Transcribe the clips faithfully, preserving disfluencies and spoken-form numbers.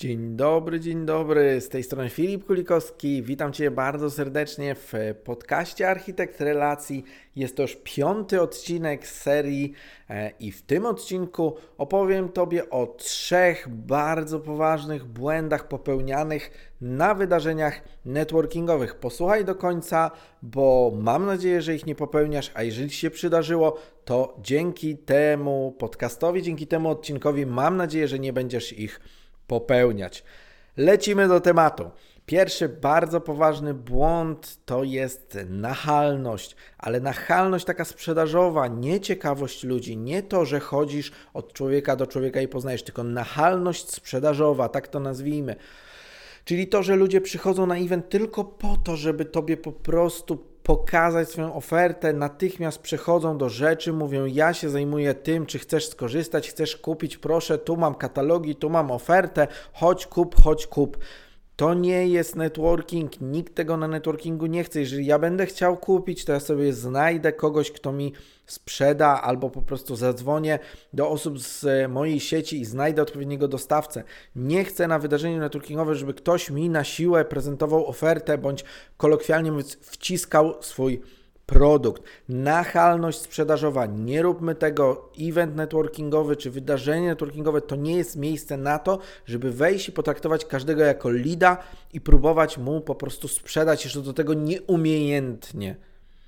Dzień dobry, dzień dobry, z tej strony Filip Kulikowski, witam Cię bardzo serdecznie w podcaście Architekt Relacji. Jest to już piąty odcinek z serii i w tym odcinku opowiem Tobie o trzech bardzo poważnych błędach popełnianych na wydarzeniach networkingowych. Posłuchaj do końca, bo mam nadzieję, że ich nie popełniasz, a jeżeli Ci się przydarzyło, to dzięki temu podcastowi, dzięki temu odcinkowi mam nadzieję, że nie będziesz ich popełniać. Lecimy do tematu. Pierwszy bardzo poważny błąd to jest nachalność, ale nachalność taka sprzedażowa, nie ciekawość ludzi, nie to, że chodzisz od człowieka do człowieka i poznajesz, tylko nachalność sprzedażowa, tak to nazwijmy. Czyli to, że ludzie przychodzą na event tylko po to, żeby Tobie po prostu pokazać swoją ofertę, natychmiast przechodzą do rzeczy, mówią: ja się zajmuję tym, czy chcesz skorzystać, chcesz kupić, proszę, tu mam katalogi, tu mam ofertę, chodź kup, chodź kup. To nie jest networking, nikt tego na networkingu nie chce. Jeżeli ja będę chciał kupić, to ja sobie znajdę kogoś, kto mi sprzeda, albo po prostu zadzwonię do osób z mojej sieci i znajdę odpowiedniego dostawcę. Nie chcę na wydarzeniu networkingowym, żeby ktoś mi na siłę prezentował ofertę, bądź kolokwialnie mówiąc wciskał swój produkt. Nachalność sprzedażowa. Nie róbmy tego. Event networkingowy czy wydarzenie networkingowe to nie jest miejsce na to, żeby wejść i potraktować każdego jako leada i próbować mu po prostu sprzedać, jeszcze do tego nieumiejętnie.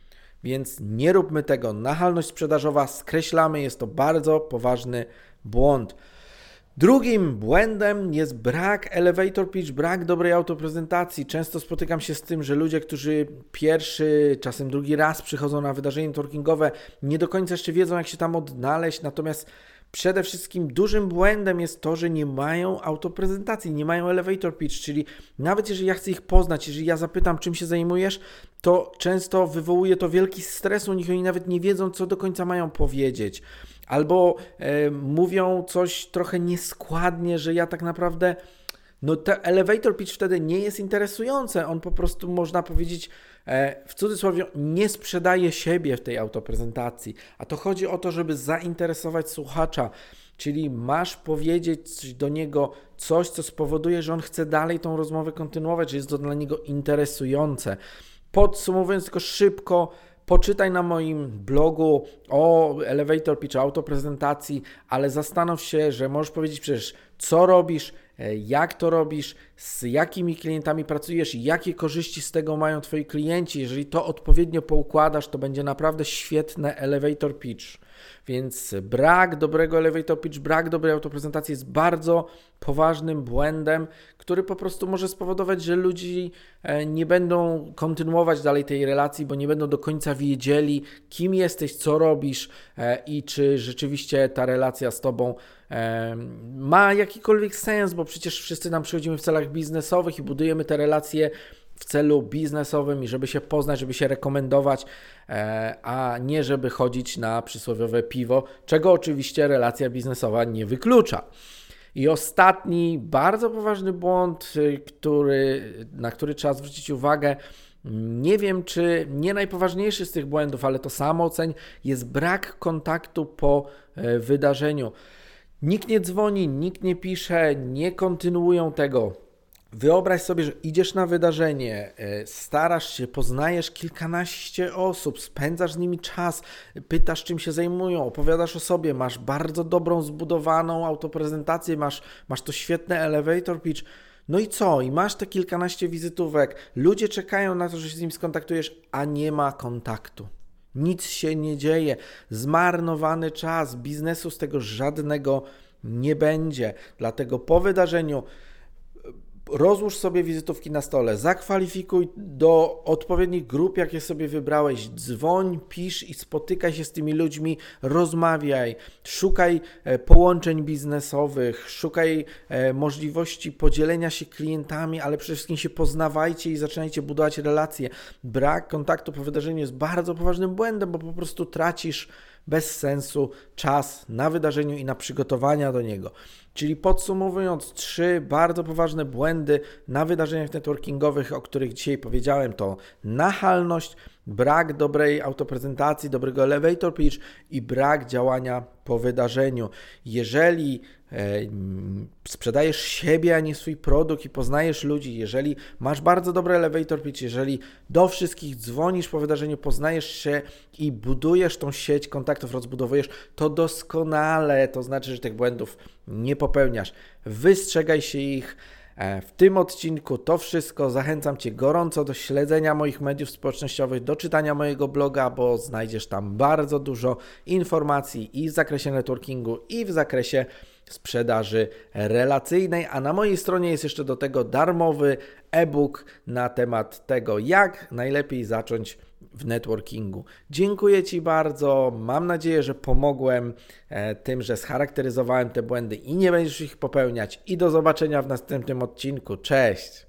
Więc nie róbmy tego. Nachalność sprzedażowa skreślamy. Jest to bardzo poważny błąd. Drugim błędem jest brak elevator pitch, brak dobrej autoprezentacji. Często spotykam się z tym, że ludzie, którzy pierwszy, czasem drugi raz przychodzą na wydarzenie networkingowe, nie do końca jeszcze wiedzą, jak się tam odnaleźć, natomiast przede wszystkim dużym błędem jest to, że nie mają autoprezentacji, nie mają elevator pitch, czyli nawet jeżeli ja chcę ich poznać, jeżeli ja zapytam, czym się zajmujesz, to często wywołuje to wielki stres u nich, oni nawet nie wiedzą, co do końca mają powiedzieć. Albo e, mówią coś trochę nieskładnie, że ja tak naprawdę, no ten elevator pitch wtedy nie jest interesujący, on po prostu, można powiedzieć, e, w cudzysłowie nie sprzedaje siebie w tej autoprezentacji, a to chodzi o to, żeby zainteresować słuchacza, czyli masz powiedzieć do niego coś, co spowoduje, że on chce dalej tą rozmowę kontynuować, że jest to dla niego interesujące. Podsumowując tylko szybko, poczytaj na moim blogu o elevator pitch, autoprezentacji, ale zastanów się, że możesz powiedzieć przecież, co robisz, jak to robisz, z jakimi klientami pracujesz i jakie korzyści z tego mają Twoi klienci. Jeżeli to odpowiednio poukładasz, to będzie naprawdę świetny elevator pitch. Więc brak dobrego elevator pitch, brak dobrej autoprezentacji jest bardzo poważnym błędem, który po prostu może spowodować, że ludzie nie będą kontynuować dalej tej relacji, bo nie będą do końca wiedzieli, kim jesteś, co robisz i czy rzeczywiście ta relacja z Tobą ma jakikolwiek sens, bo przecież wszyscy nam przychodzimy w celach biznesowych i budujemy te relacje w celu biznesowym i żeby się poznać, żeby się rekomendować, a nie żeby chodzić na przysłowiowe piwo, czego oczywiście relacja biznesowa nie wyklucza. I ostatni, bardzo poważny błąd, który, na który trzeba zwrócić uwagę, nie wiem, czy nie najpoważniejszy z tych błędów, ale to samo oceń, jest brak kontaktu po wydarzeniu. Nikt nie dzwoni, nikt nie pisze, nie kontynuują tego. Wyobraź sobie, że idziesz na wydarzenie, starasz się, poznajesz kilkanaście osób, spędzasz z nimi czas, pytasz, czym się zajmują, opowiadasz o sobie, masz bardzo dobrą, zbudowaną autoprezentację, masz, masz to świetne elevator pitch. No i co? I masz te kilkanaście wizytówek, ludzie czekają na to, że się z nimi skontaktujesz, a nie ma kontaktu. Nic się nie dzieje, zmarnowany czas, biznesu z tego żadnego nie będzie. Dlatego po wydarzeniu rozłóż sobie wizytówki na stole, zakwalifikuj do odpowiednich grup, jakie sobie wybrałeś, dzwoń, pisz i spotykaj się z tymi ludźmi, rozmawiaj, szukaj połączeń biznesowych, szukaj możliwości podzielenia się klientami, ale przede wszystkim się poznawajcie i zaczynajcie budować relacje. Brak kontaktu po wydarzeniu jest bardzo poważnym błędem, bo po prostu tracisz bez sensu czas na wydarzeniu i na przygotowania do niego. Czyli podsumowując, trzy bardzo poważne błędy na wydarzeniach networkingowych, o których dzisiaj powiedziałem, to nachalność, brak dobrej autoprezentacji, dobrego elevator pitch i brak działania po wydarzeniu. Jeżeli e, sprzedajesz siebie, a nie swój produkt i poznajesz ludzi, jeżeli masz bardzo dobry elevator pitch, jeżeli do wszystkich dzwonisz po wydarzeniu, poznajesz się i budujesz tą sieć kontaktów, rozbudowujesz, to doskonale, to znaczy, że tych błędów nie popełniasz. Wystrzegaj się ich. W tym odcinku to wszystko. Zachęcam Cię gorąco do śledzenia moich mediów społecznościowych, do czytania mojego bloga, bo znajdziesz tam bardzo dużo informacji i w zakresie networkingu, i w zakresie sprzedaży relacyjnej, a na mojej stronie jest jeszcze do tego darmowy e-book na temat tego, jak najlepiej zacząć w networkingu. Dziękuję Ci bardzo, mam nadzieję, że pomogłem e, tym, że scharakteryzowałem te błędy i nie będziesz ich popełniać i do zobaczenia w następnym odcinku. Cześć!